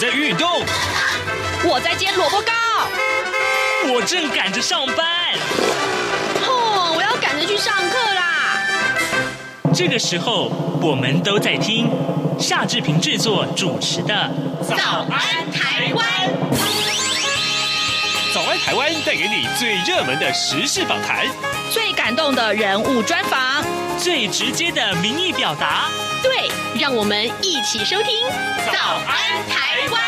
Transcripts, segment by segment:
在运动， 我在煎萝卜糕， 我正赶着上班。 我要赶着去上课啦。 这个时候，我们都在听夏志平制作主持的《 早安台湾》。 早安台湾带给你最热门的时事访谈， 最感动的人物专访， 最直接的民意表达。 对，让我们一起收听《早安台湾》。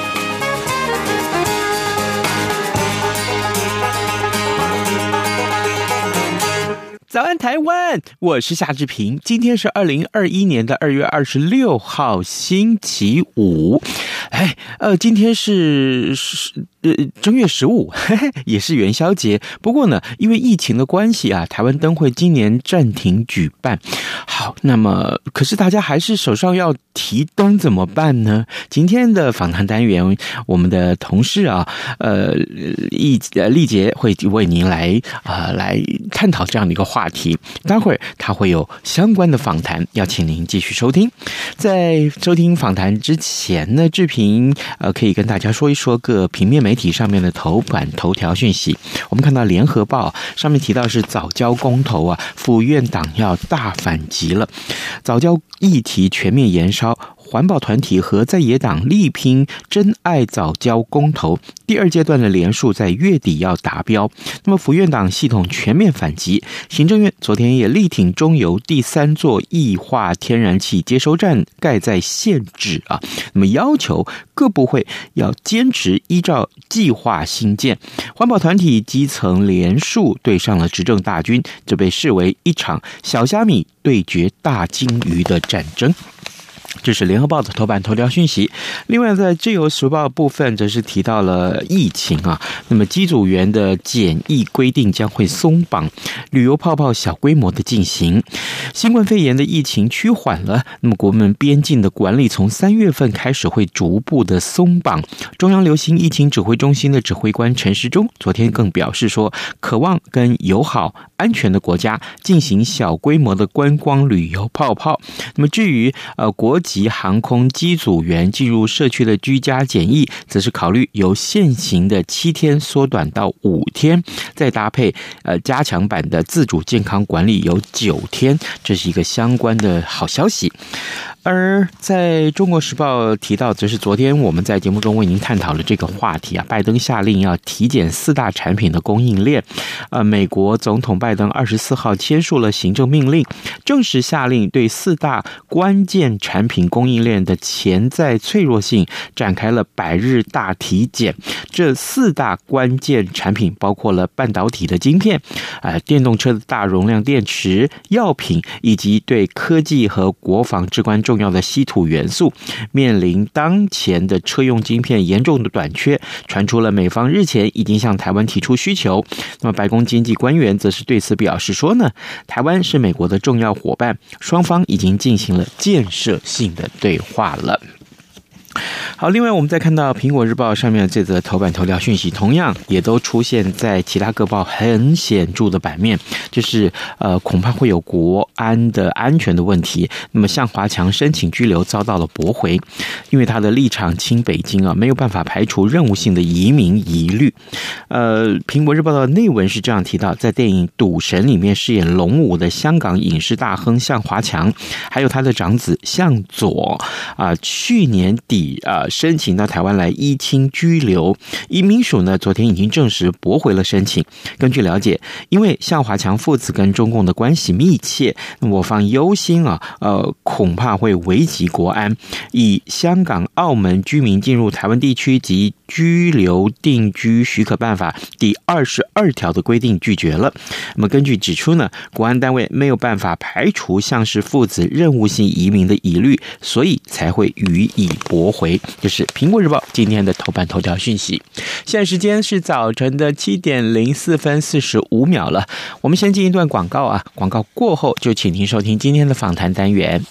早安台湾，我是夏志平。今天是2021年的2月26号，星期五。今天是正月15，也是元宵节。不过呢，因为疫情的关系啊，台湾灯会今年暂停举办。好，那么可是大家还是手上要提灯怎么办呢？今天的访谈单元，我们的同事啊，丽杰会为您来探讨这样的一个话题。待会儿他会有相关的访谈，要请您继续收听。在收听访谈之前呢，志平可以跟大家说一说各平面媒体上面的头版头条讯息。我们看到联合报上面提到是藻礁公投啊，府院党要大反击了，藻礁议题全面延烧。环保团体和在野党力拼真爱藻礁公投，第二阶段的联署在月底要达标。那么府院党系统全面反击，行政院昨天也力挺中油第3座液化天然气接收站盖在县址啊，那么要求各部会要坚持依照计划兴建。环保团体基层联署对上了执政大军，这被视为一场小虾米对决大鲸鱼的战争。这是联合报的头版头条讯息。另外在自由时报部分则是提到了疫情啊，那么机组员的检疫规定将会松绑，旅游泡泡小规模的进行。新冠肺炎的疫情趋缓了，那么国门边境的管理从3月份开始会逐步的松绑。中央流行疫情指挥中心的指挥官陈时中昨天更表示说，渴望跟友好安全的国家进行小规模的观光旅游泡泡。那么至于国籍航空机组员进入社区的居家检疫，则是考虑由现行的7天缩短到5天，再搭配加强版的自主健康管理有9天，这是一个相关的好消息。而在中国时报提到，则是昨天我们在节目中为您探讨了这个话题啊，拜登下令要体检4大产品的供应链。美国总统拜登24号签署了行政命令，正式下令对4大关键产品供应链的潜在脆弱性展开了100日大体检。这4大关键产品包括了半导体的晶片、电动车的大容量电池、药品以及对科技和国防至关重要的稀土元素。面临当前的车用晶片严重的短缺，传出了美方日前已经向台湾提出需求。那么白宫经济官员则是对此表示说呢，台湾是美国的重要伙伴，双方已经进行了建设性的对话了。好，另外我们再看到苹果日报上面的这则头版头条讯息，同样也都出现在其他各报很显著的版面，就是恐怕会有国安的安全的问题。那么向华强申请居留遭到了驳回，因为他的立场亲北京啊，没有办法排除任务性的移民疑虑。苹果日报的内文是这样提到，在电影《赌神》里面饰演龙武的香港影视大亨向华强，还有他的长子向佐去年底申请到台湾来依亲居留，移民署呢昨天已经证实驳回了申请。根据了解，因为向华强父子跟中共的关系密切，我方忧心恐怕会危及国安，以香港、澳门居民进入台湾地区及居留定居许可办法第22条的规定拒绝了。那么根据指出呢，国安单位没有办法排除像是父子任务性移民的疑虑，所以才会予以驳回。这是苹果日报今天的头版头条讯息。现在时间是早晨的7点04分45秒了，我们先进一段广告啊，广告过后就请您收听今天的访谈单元。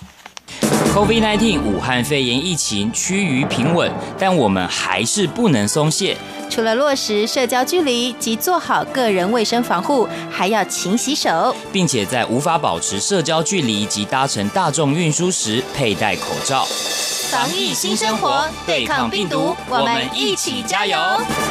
COVID-19 武汉肺炎疫情趋于平稳，但我们还是不能松懈。 除了落实社交距离及做好个人卫生防护，还要勤洗手， 并且在无法保持社交距离及搭乘大众运输时佩戴口罩。 防疫新生活，对抗病毒，我们一起加油！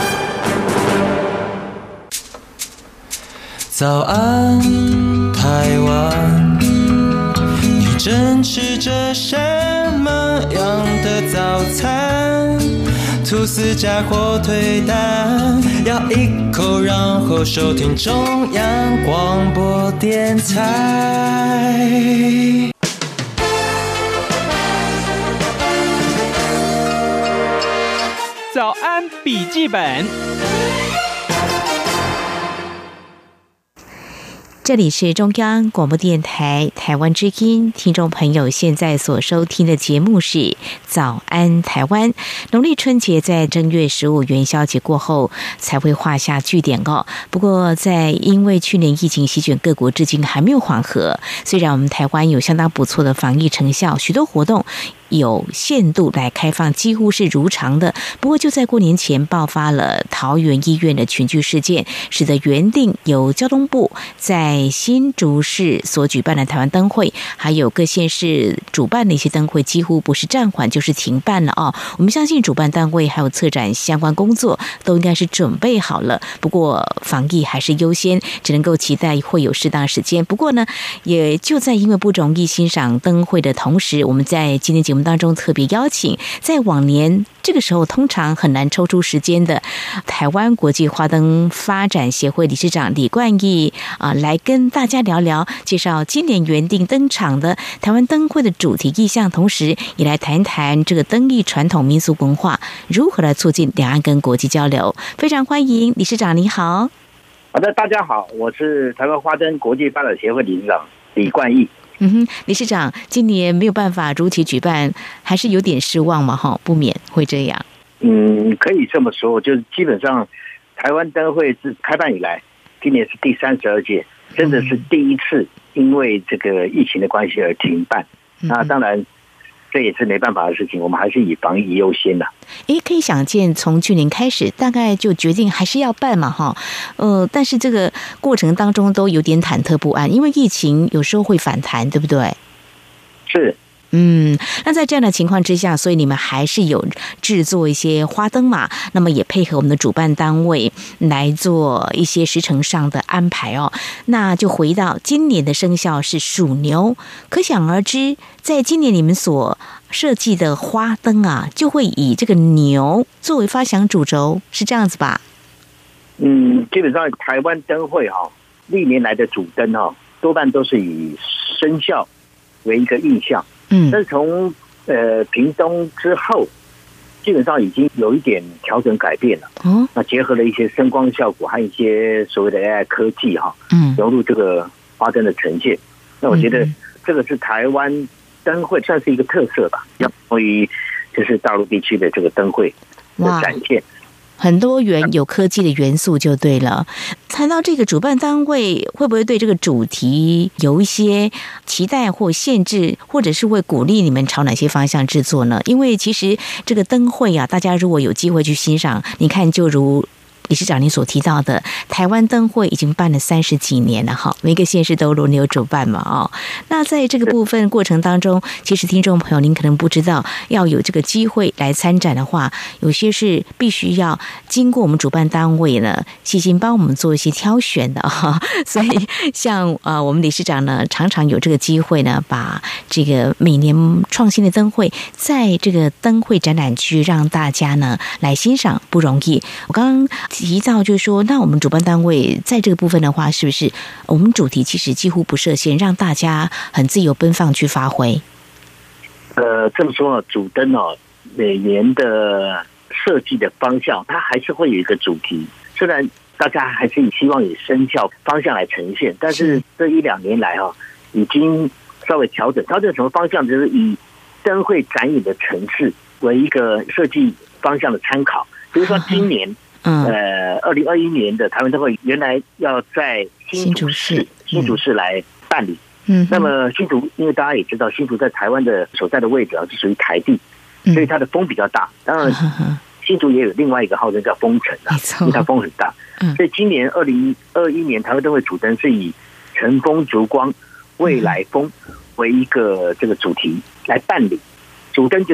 早安，台湾，你正吃着什么样的早餐？吐司加火腿蛋，咬一口，然后收听中央广播电台。 早安笔记本。 这里是中央广播电台台湾之音，听众朋友现在所收听的节目是早安台湾。农历春节在正月15元宵节过后才会画下句点哦。不过因为去年疫情席卷各国至今还没有缓和，虽然我们台湾有相当不错的防疫成效，许多活动有限度来开放，几乎是如常的。不过就在过年前爆发了桃园医院的群聚事件，使得原定由交通部在新竹市所举办的台湾灯会，还有各县市主办的一些灯会，几乎不是暂缓就是停办了哦。我们相信主办单位还有策展相关工作都应该是准备好了，不过防疫还是优先，只能够期待会有适当时间。不过呢，也就在因为不容易欣赏灯会的同时，我们在今天节目当中特别邀请在往年这个时候通常很难抽出时间的台湾国际花灯发展协会理事长李冠毅来跟大家聊聊，介绍今年原定登场的台湾灯会的主题意象，同时也来谈谈这个灯艺传统民俗文化如何来促进两岸跟国际交流。非常欢迎理事长，你好。 好的，大家好，我是台湾花灯国际发展协会理事长李冠毅。 理事长，今年没有办法如期举办，还是有点失望嘛？不免会这样。 可以这么说，就是基本上台湾灯会自开办以来，今年是第32届，真的是第一次因为这个疫情的关系而停办。那当然，这也是没办法的事情，我们还是以防疫优先的。 可以想见，从去年开始，大概就决定还是要办嘛，但是这个过程当中都有点忐忑不安，因为疫情有时候会反弹，对不对？ 是。 那在这样的情况之下，所以你们还是有制作一些花灯嘛，那么也配合我们的主办单位来做一些时程上的安排哦。那就回到今年的生肖是属牛，可想而知，在今年你们所设计的花灯啊，就会以这个牛作为发想主轴，是这样子吧？ 基本上台湾灯会历年来的主灯多半都是以生肖为一个印象。但是从屏东之后，基本上已经有一点调整改变了。那结合了一些声光效果和一些所谓的 AI 科技融入这个花灯的呈现。那我觉得这个是台湾灯会算是一个特色吧，要关于就是大陆地区的这个灯会的展现。 很多元有科技的元素就对了。谈到这个主办单位会不会对这个主题有一些期待或限制，或者是会鼓励你们朝哪些方向制作呢？因为其实这个灯会啊，大家如果有机会去欣赏，你看就如理事长您所提到的，台湾灯会已经办了30几年了哈，每个县市都轮流主办嘛那在这个部分过程当中，其实听众朋友您可能不知道，要有这个机会来参展的话，有些是必须要经过我们主办单位呢细心帮我们做一些挑选的所以像我们理事长呢，常常有这个机会呢，把这个每年创新的灯会在这个灯会展览区让大家呢来欣赏，不容易。我刚刚提到就是说，那我们主办单位在这个部分的话，是不是我们主题其实几乎不设限，让大家很自由奔放去发挥？ 这么说主灯每年的设计的方向，它还是会有一个主题。虽然大家还是希望以生肖方向来呈现，但是这1-2年来已经稍微调整什么方向，就是以灯会展演的层次为一个设计方向的参考。比如说今年2021年的台湾灯会原来要在新竹市来办理。那么新竹，因为大家也知道，新竹在台湾的所在的位置是属于台地，所以它的风比较大。当然，新竹也有另外一个号称叫风城因为它风很大。所以今年2021年台湾灯会主灯是以乘风逐光、未来风为一个这个主题来办理。主灯就是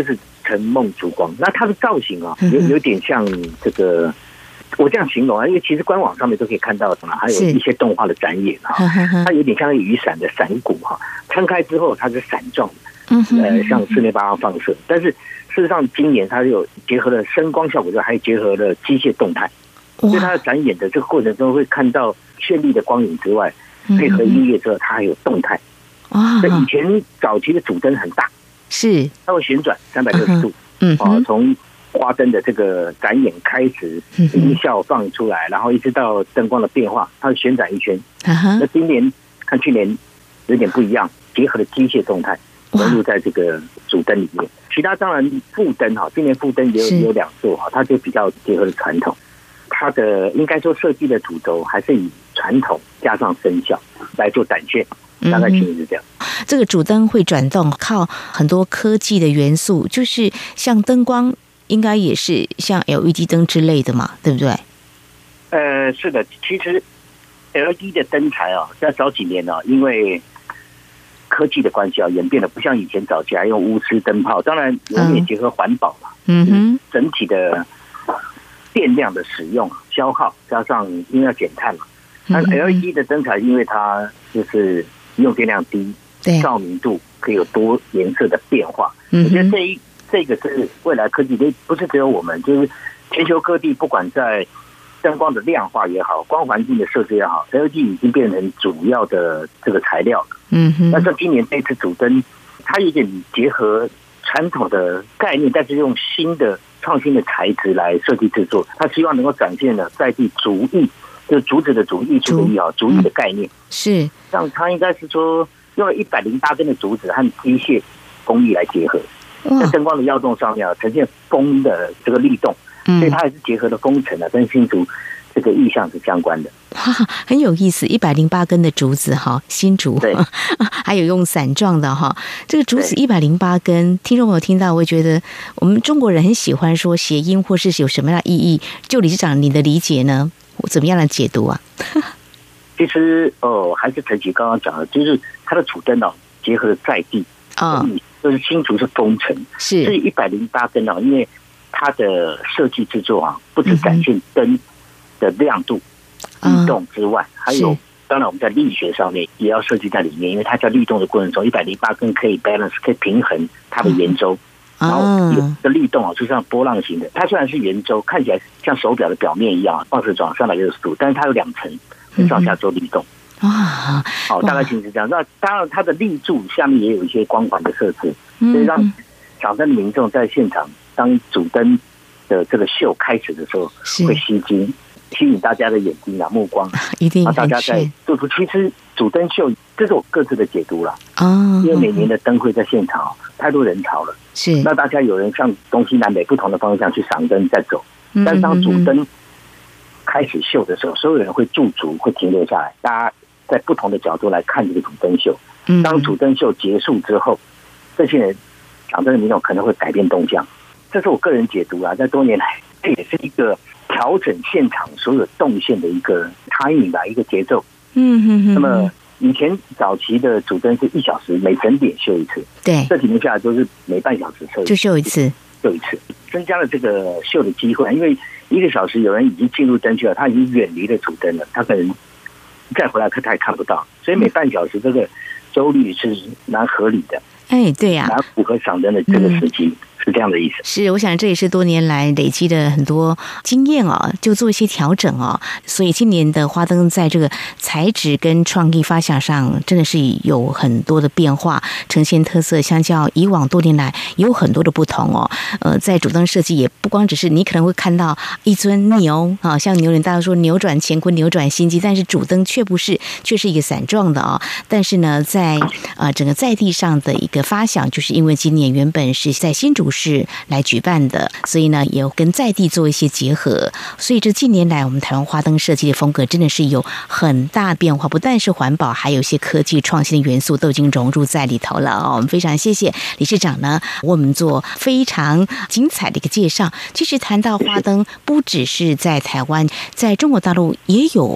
晨梦烛光。那它的造型啊，有点像这个，我这样形容啊，因为其实官网上面都可以看到的嘛，还有一些动画的展演哈，它有点像雨伞的伞骨哈，撑开之后它是伞状的，向四面八方放射。但是事实上，今年它有结合了声光效果之外，还结合了机械动态，所以它的展演的这个过程中会看到绚丽的光影之外，配合音乐之后，它还有动态。所以以前早期的主灯很大， 是它会旋转360度，从花灯的这个展演开始，音效放出来，然后一直到灯光的变化，它会旋转一圈。那今年看去年有点不一样，结合了机械动态融入在这个主灯里面。其他当然副灯哈，今年副灯也有2座哈，它就比较结合了传统。它的应该说设计的主轴还是以传统加上声效来做展现，大概其实是这样。 这个主灯会转动，靠很多科技的元素，就是像灯光，应该也是像 LED 灯之类的嘛，对不对？ 是的，其实 LED 的灯材啊，在早几年呢，因为科技的关系啊，演变得不像以前早期还用钨丝灯泡，当然我们也结合环保嘛，整体的电量的使用消耗，加上因为要减碳嘛，那 LED 的灯材因为它就是用电量低，照明度可以有多颜色的变化。我觉得这个是未来科技，不是只有我们，就是全球各地，不管在灯光的量化也好，光环境的设置也好 ，LED 已经变成主要的这个材料了。那像今年这次主灯，它有点结合传统的概念，但是用新的创新的材质来设计制作，它希望能够展现了在地竹艺，就是竹子的竹，艺术的艺啊，竹艺的概念。 是， 像它应该是说用了108根的竹子和机械工艺来结合，在灯光的耀动上面呈现风的这个律动，所以它还是结合了风城啊跟新竹这个意象是相关的。 很有意思，108根的竹子哈，新竹， 对， 还有用伞状的哈，这个竹子108根，听众朋友听到，我会觉得我们中国人很喜欢说谐音或是有什么样的意义，就理事长你的理解呢？怎么样的解读啊？ 其实还是陈琦刚刚讲的，就是它的主灯哦，结合了在地就是新竹是风城， 是这108根哦，因为它的设计制作啊，不只展现灯的亮度、律动之外，还有当然我们在力学上面也要设计在里面，因为它在律动的过程中，108根可以 balance， 可以平衡它的圆周。然后有的律动啊，就像波浪形的，它虽然是圆周，看起来像手表的表面一样，放射状360度，但是它有2层上下做律动。好，大概其实是这样。那当然，它的立柱下面也有一些光环的设置，所以让场灯的民众在现场，当主灯的这个秀开始的时候，会吸引大家的眼睛啊、目光， 一定大家在做出。其实主灯秀，这是我各自的解读了。因为每年的灯会在现场太多人潮了， 是那大家有人向东西南北不同的方向去赏灯再走，但是当主灯开始秀的时候，所有人会驻足，会停留下来，大家在不同的角度来看这个主灯秀。当主灯秀结束之后，这些人赏灯的民众可能会改变动向，这是我个人解读啊。在多年来，这也是一个调整现场所有动线的一个timing吧，一个节奏。那么以前早期的主灯是1小时每整点秀一次， 对， 这几年下来都是每半小时就秀一次， 增加了这个秀的机会。因为1个小时有人已经进入灯区了，他已经远离了主灯了，他可能再回来他也看不到，所以每半小时这个周率是蛮合理的。 对呀， 蛮符合赏灯的这个时机。是这样的意思。 是，我想这也是多年来累积的很多经验哦，就做一些调整哦。所以今年的花灯在这个材质跟创意发想上，真的是有很多的变化，呈现特色。相较以往多年来，也有很多的不同哦。在主灯设计也不光只是你可能会看到一尊牛啊，像牛人大家说扭转乾坤、扭转心机，但是主灯却不是，却是一个伞状的哦。但是呢，在整个在地上的一个发想，就是因为今年原本是在新竹市来举办的，所以呢，也跟在地做一些结合。所以这近年来，我们台湾花灯设计的风格真的是有很大变化，不但是环保，还有一些科技创新的元素都已经融入在里头了哦。我们非常谢谢理事长呢，为我们做非常精彩的一个介绍。其实谈到花灯，不只是在台湾，在中国大陆也有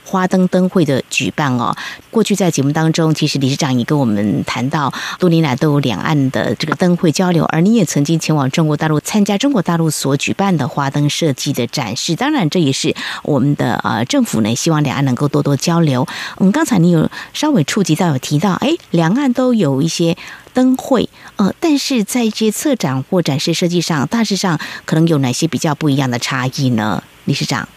花灯灯会的举办哦。过去在节目当中，其实理事长也跟我们谈到，多年来都有两岸的这个灯会交流，而你也曾经前往中国大陆参加中国大陆所举办的花灯设计的展示。当然，这也是我们的政府呢，希望两岸能够多多交流。刚才你有稍微触及到，有提到，两岸都有一些灯会，但是在一些策展或展示设计上，大致上可能有哪些比较不一样的差异呢？理事长？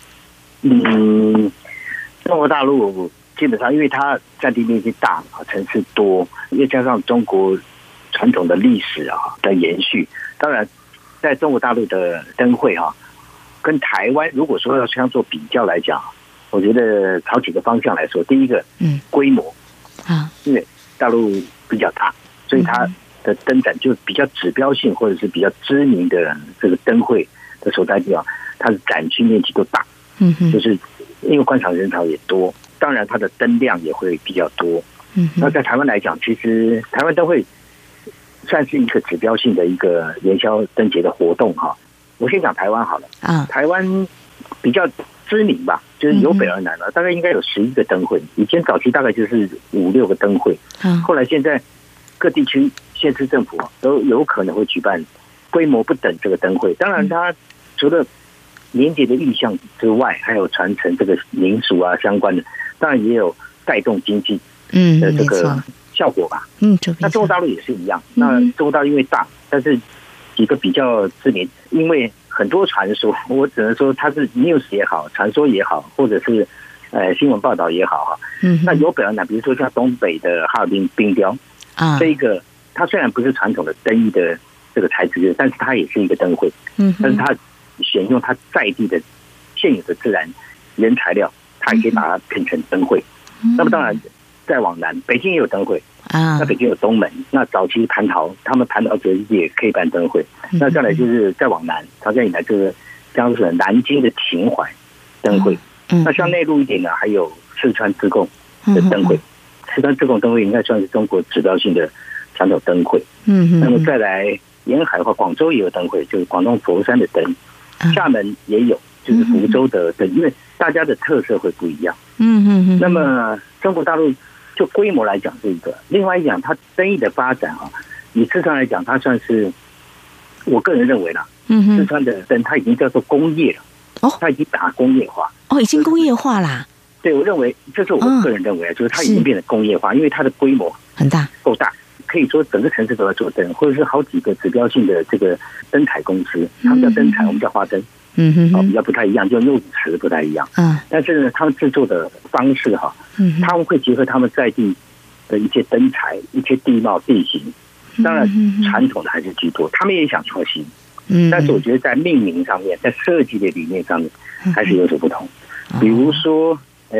中国大陆基本上因为它占地面积大，城市多，又加上中国传统的历史的延续，当然在中国大陆的灯会跟台湾如果说要相做比较来讲，我觉得朝几个方向来说，第一个，规模因为大陆比较大，所以它的灯展就比较指标性或者是比较知名的这个灯会的所在地它的展区面积都大，就是因为观赏人潮也多，当然它的灯量也会比较多。那在台湾来讲，其实台湾灯会算是一个指标性的一个元宵灯节的活动我先讲台湾好了台湾比较知名吧，就是由北而南大概应该有11个灯会，以前早期大概就是5-6个灯会，后来现在各地区县市政府都有可能会举办规模不等这个灯会。当然它除了年节的意象之外，还有传承这个民俗相关的，当然也有带动经济的这个效果吧。那中国大陆也是一样。那中国大陆因为大，但是几个比较知名，因为很多传说，我只能说它是 news 也好，传说也好，或者是新闻报道也好那由北而南，比如说像东北的哈尔滨冰雕这一个，它虽然不是传统的灯艺的这个材质，但是它也是一个灯会。但是它选用它在地的现有的自然原材料，它也可以把它变成灯会。那么当然再往南，北京也有灯会那北京有东门，那早期蟠桃，他们蟠桃节也可以办灯会。那再来就是再往南，朝鲜以来就是江苏南京的秦淮灯会。那像内陆一点呢，还有四川自贡的灯会。四川自贡灯会应该算是中国指标性的传统灯会。那么再来沿海的话，广州也有灯会，就是广东佛山的灯。厦门也有，就是福州的灯，因为大家的特色会不一样。那么中国大陆就规模来讲是一个，另外一讲它灯艺的发展以四川来讲，它算是我个人认为啦，四川的灯它已经叫做工业了，它已经把它工业化。 已经工业化啦。 对，我认为这是我个人认为就是它已经变成工业化，因为它的规模很大， 够大。可以说整个城市都在做灯，或者是好几个指标性的这个灯彩公司，他们叫灯彩，我们叫花灯，比较不太一样，就用词不太一样。但是呢，他们制作的方式他们会结合他们在地的一些灯彩、一些地貌地形，当然传统的还是居多，他们也想创新。但是我觉得在命名上面，在设计的理念上面，还是有所不同。比如说，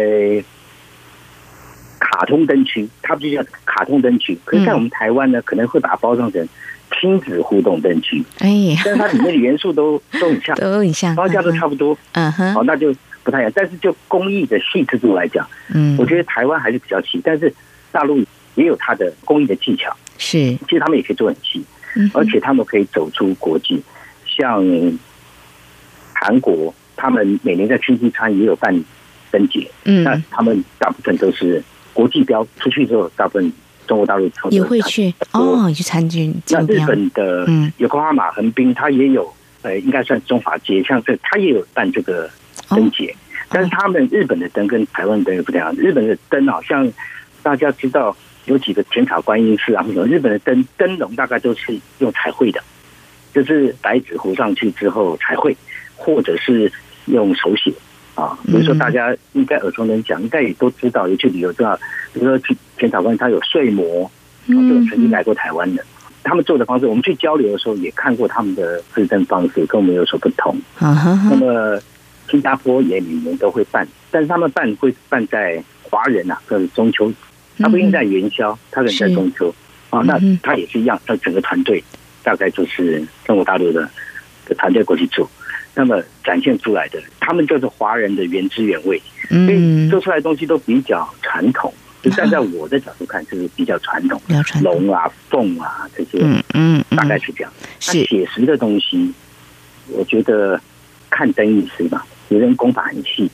卡通灯区，它不就叫卡通灯区？可是在我们台湾呢，可能会把它包装成亲子互动灯区。但是它里面的元素都很像， 都很像， 包价都差不多。那就不太一样。但是就工艺的细致度来讲，我觉得台湾还是比较细，但是大陆也有它的工艺的技巧。其实他们也可以做很细，而且他们可以走出国际，像韩国，他们每年在春季川也有办灯节，那他们大部分都是国际标出去之后，大部分中国大陆也会去去参军。 那日本的有空哈马横滨，它也有应该算中华街，像这它也有办这个灯节，但是他们日本的灯跟台湾灯又不太一样。日本的灯像大家知道有几个浅草观音寺日本的灯笼大概都是用彩绘的，就是白纸糊上去之后彩绘，或者是用手写。比如说大家应该耳熟能详，应该也都知道，有去旅游知道，比如说去浅草观，它有睡魔，就曾经来过台湾的，他们做的方式，我们去交流的时候也看过他们的制灯方式，跟我们有所不同。那么新加坡也每年都会办，但是他们会办在华人就是中秋，他不一定在元宵，他可能在中秋那他也是一样，他整个团队大概就是中国大陆的团队过去做。那么展现出来的，他们就是华人的原汁原味，所以做出来的东西都比较传统。就站在我的角度看，就是比较传统，龙凤这些，大概是这样。那写实的东西，我觉得看灯艺师嘛，有人功法很细，譬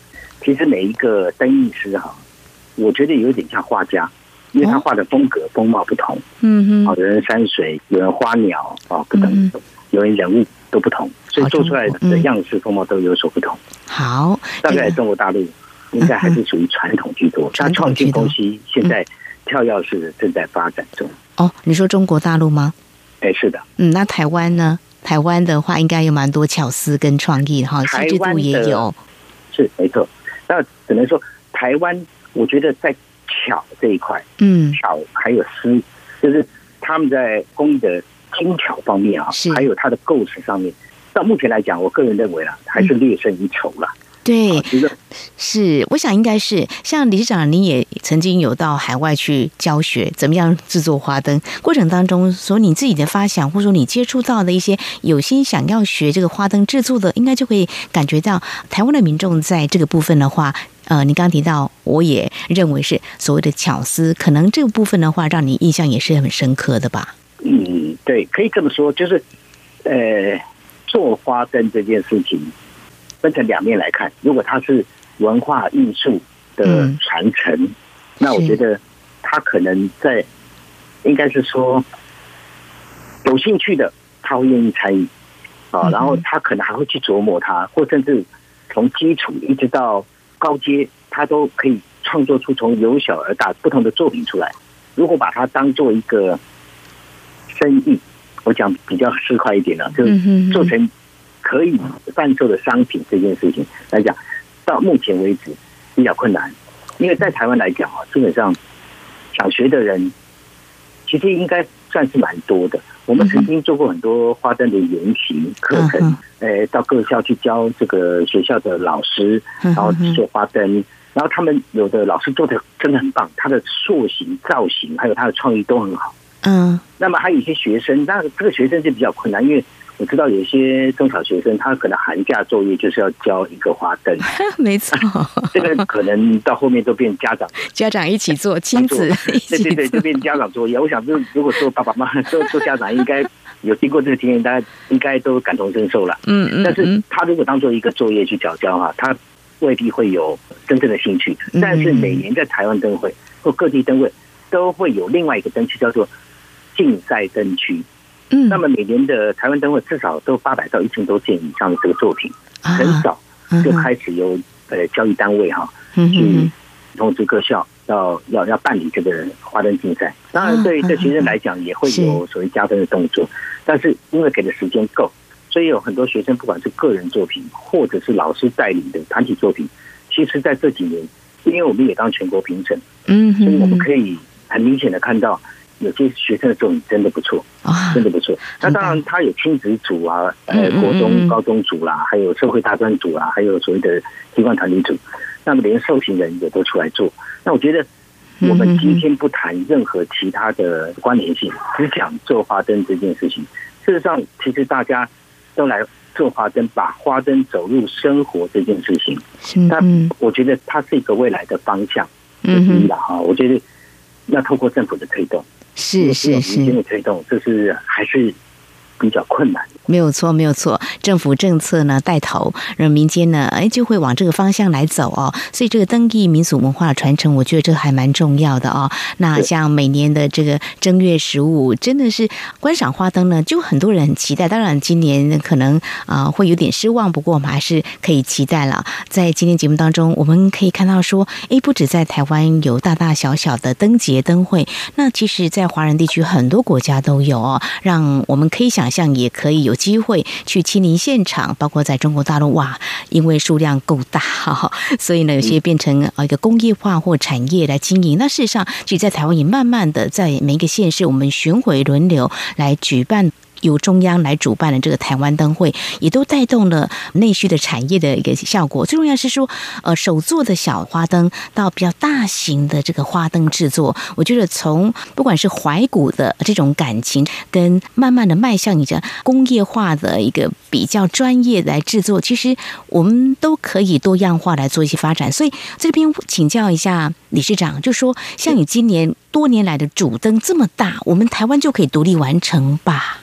其实每一个灯艺师哈，我觉得有点像画家，因为他画的风格风貌不同。有人山水，有人花鸟不等，有人人物都不同，所以做出来的样式风貌都有所不同。 好， 大概中国大陆应该还是属于传统居多，它创新东西现在跳跃式正在发展中。 你说中国大陆吗？ 是的。 那台湾呢？台湾的话应该有蛮多巧思跟创意哈，细致度也有。 是没错，那只能说台湾，我觉得在巧这一块，巧还有诗，就是他们在工艺的精巧方面还有它的构思上面，到目前来讲，我个人认为还是略胜一筹了。 对，是，我想应该是像理事长，你也曾经有到海外去教学，怎么样制作花灯？过程当中，说你自己的发想，或者说你接触到的一些有心想要学这个花灯制作的，应该就会感觉到台湾的民众在这个部分的话，你刚刚提到，我也认为是所谓的巧思，可能这个部分的话，让你印象也是很深刻的吧？ 对，可以这么说，就是做花灯这件事情。分成两面来看，如果它是文化艺术的传承，那我觉得他可能在应该是说有兴趣的，他会愿意参与然后他可能还会去琢磨它，或甚至从基础一直到高阶，他都可以创作出从由小而大不同的作品出来。如果把它当做一个生意，我讲比较市侩一点了，就是做成可以贩售的商品这件事情来讲，到目前为止比较困难，因为在台湾来讲基本上想学的人其实应该算是蛮多的。我们曾经做过很多花灯的研习课程，到各校去教这个学校的老师，然后做花灯，然后他们有的老师做的真的很棒，他的塑形、造型还有他的创意都很好。那么还有一些学生，那这个学生就比较困难，因为我知道有些中小学生，他可能寒假作业就是要交一个花灯， 没错， 这个可能到后面都变家长一起做，亲子一起做， 对，就变家长作业。我想，如果做爸爸妈妈、做家长，应该有经过这个经验，大家应该都感同身受了。但是他如果当做一个作业去缴交他未必会有真正的兴趣。但是每年在台湾灯会或各地灯会都会有另外一个灯区叫做竞赛灯区。那么每年的台湾灯会至少都800到1000多件以上的这个作品，很早就开始由教育单位去通知各校要办理这个花灯竞赛。当然对学生来讲也会有所谓加分的动作，但是因为给的时间够，所以有很多学生不管是个人作品或者是老师带领的团体作品，其实在这几年，因为我们也当全国评审，所以我们可以很明显的看到有些学生的作品真的不错，真的不错。那当然，他有亲子组国中、高中组啦，还有社会大专组啦，还有所谓的机关团体组。那么连受刑人也都出来做。那我觉得，我们今天不谈任何其他的关联性，只讲做花灯这件事情。事实上，其实大家都来做花灯，把花灯走入生活这件事情。那我觉得它是一个未来的方向之一啦。我觉得要透过政府的推动。是民间的推动，这是还是比较困难。 没有错，政府政策呢带头，让民间呢就会往这个方向来走所以这个灯艺民俗文化的传承，我觉得这还蛮重要的那像每年的这个正月15，真的是观赏花灯呢，就很多人很期待。当然今年可能会有点失望，不过我们还是可以期待了。在今天节目当中，我们可以看到说，不止在台湾有大大小小的灯节灯会，那其实在华人地区很多国家都有让我们可以想象，也可以有机会去亲临现场。包括在中国大陆，因为数量够大所以呢有些变成一个工业化或产业来经营。那事实上其实在台湾也慢慢的在每一个县市，我们巡回轮流来举办，由中央来主办的这个台湾灯会，也都带动了内需的产业的一个效果。最重要是说手做的小花灯到比较大型的这个花灯制作，我觉得从不管是怀古的这种感情，跟慢慢的迈向一个工业化的一个比较专业来制作，其实我们都可以多样化来做一些发展。所以这边请教一下理事长，就说像你今年多年来的主灯这么大，我们台湾就可以独立完成吧？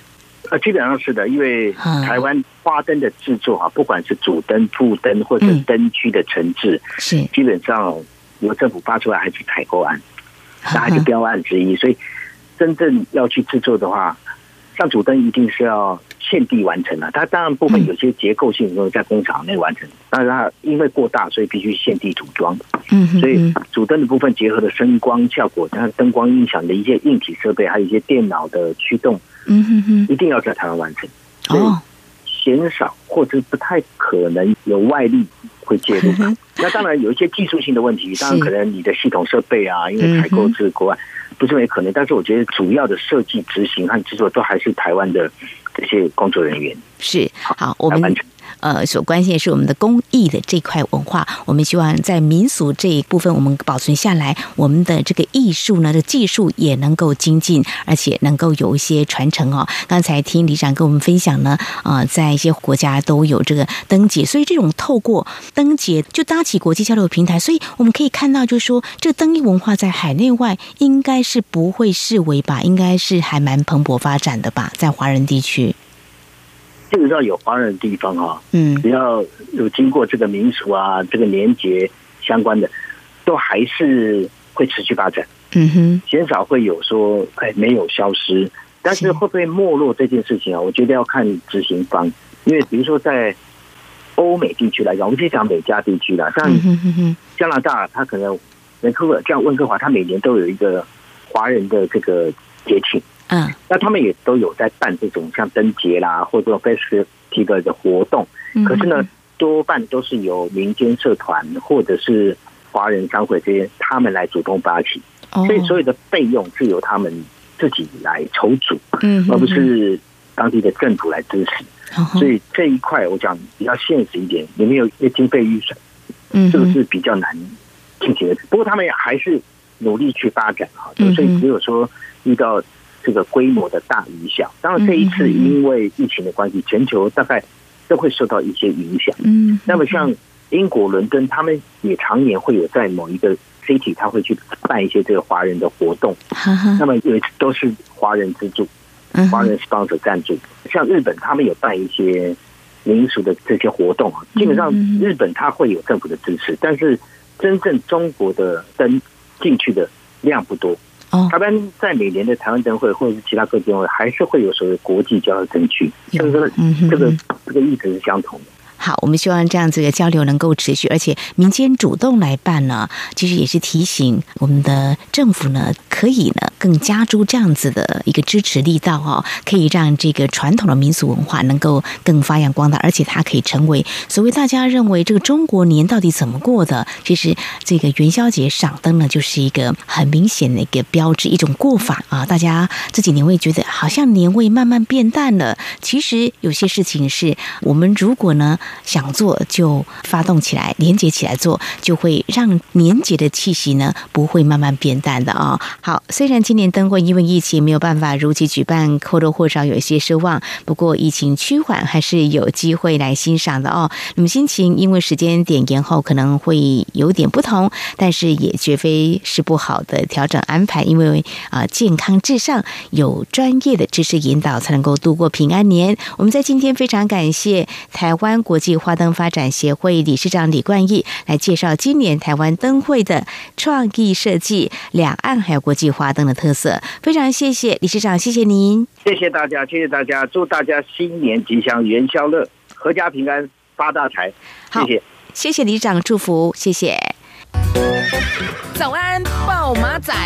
基本上是的，因为台湾花灯的制作不管是主灯、副灯或者灯区的陈制， 是基本上由政府发出来还是采购案，那还是标案之一，所以真正要去制作的话，像主灯一定是要现地完成的，它当然部分有些结构性在工厂内完成，但是它因为过大，所以必须现地组装。所以主灯的部分结合的声光效果，它灯光音响的一些硬体设备，还有一些电脑的驱动，一定要在台湾完成。所以鲜少或者不太可能有外力会介入。那当然有一些技术性的问题，当然可能你的系统设备啊，因为采购是国外，不是没可能。但是我觉得主要的设计、执行和制作都还是台湾的这些工作人员。 是好，我们所关心的是我们的工艺的这块文化，我们希望在民俗这一部分我们保存下来，我们的这个艺术呢的技术也能够精进，而且能够有一些传承哦。刚才听里长跟我们分享呢，在一些国家都有这个灯节，所以这种透过灯节就搭起国际交流平台，所以我们可以看到，就是说这灯艺文化在海内外应该是不会式微吧，应该是还蛮蓬勃发展的吧，在华人地区。 基本上有华人的地方只要有经过这个民俗啊、这个年节相关的，都还是会持续发展。鲜少会有说没有消失，但是会不会没落这件事情我觉得要看执行方。因为比如说在欧美地区来讲，我们先讲美加地区啦，像加拿大，它可能像温哥华，它每年都有一个华人的这个节庆。那他们也都有在办这种像灯节啦，或者 festival 的活动。可是呢，多半都是由民间社团或者是华人商会这些他们来主动发起，所以所有的费用是由他们自己来筹组，而不是当地的政府来支持。所以这一块我讲比较现实一点，也没有一些经费预算，这个是比较难进行的。不过他们还是努力去发展所以只有说遇到这个规模的大与小，当然这一次因为疫情的关系，全球大概都会受到一些影响。那么像英国伦敦，他们也常年会有在某一个 city， 他会去办一些这个华人的活动，那么也都是华人资助，华人 sponsor 赞助。像日本，他们有办一些民俗的这些活动基本上日本它会有政府的支持，但是真正中国的灯进去的量不多。台湾在每年的台湾灯会或者是其他各地灯会，还是会有所谓国际交流灯区，这个意思是相同的。 好，我们希望这样子的交流能够持续，而且民间主动来办呢，其实也是提醒我们的政府呢，可以呢更加注这样子的一个支持力道可以让这个传统的民俗文化能够更发扬光大，而且它可以成为所谓大家认为这个中国年到底怎么过的。其实这个元宵节赏灯呢，就是一个很明显的一个标志，一种过法大家这几年会觉得好像年味慢慢变淡了，其实有些事情是我们如果呢想做就发动起来，连结起来做，就会让年节的气息呢不会慢慢变淡的好，虽然今年灯会因为疫情没有办法如期举办，或多或少有一些失望，不过疫情趋缓还是有机会来欣赏的那么心情因为时间点延后可能会有点不同，但是也绝非是不好的调整安排，因为健康至上，有专业的知识引导才能够度过平安年。我们在今天非常感谢台湾国际花灯发展协会理事长李冠毅来介绍今年台湾灯会的创意设计、两岸还有国际花灯的特色。非常谢谢理事长，谢谢您。 谢谢大家，谢谢大家，祝大家新年吉祥，元宵乐，阖家平安，发大财。谢谢， 谢谢理事长祝福，谢谢。 早安暴马仔。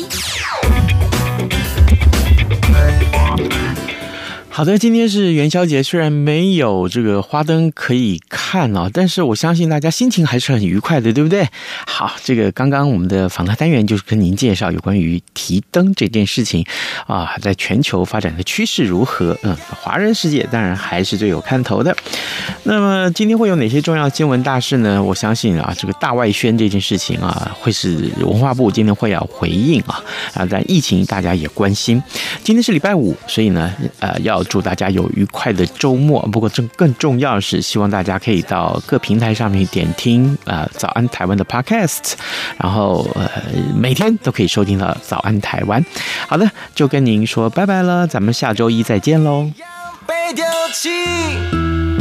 好的，今天是元宵节，虽然没有这个花灯可以看但是我相信大家心情还是很愉快的，对不对？好，这个刚刚我们的访谈单元就是跟您介绍有关于提灯这件事情在全球发展的趋势如何？华人世界当然还是最有看头的。那么今天会有哪些重要新闻大事呢？我相信这个大外宣这件事情会是文化部今天会要回应但疫情大家也关心。今天是礼拜五，所以呢要祝大家有愉快的周末。不过更重要的是，希望大家可以到各平台上面点听早安台湾的 podcast， 然后每天都可以收听到早安台湾。好的，就跟您说拜拜了，咱们下周一再见喽。 丢弃。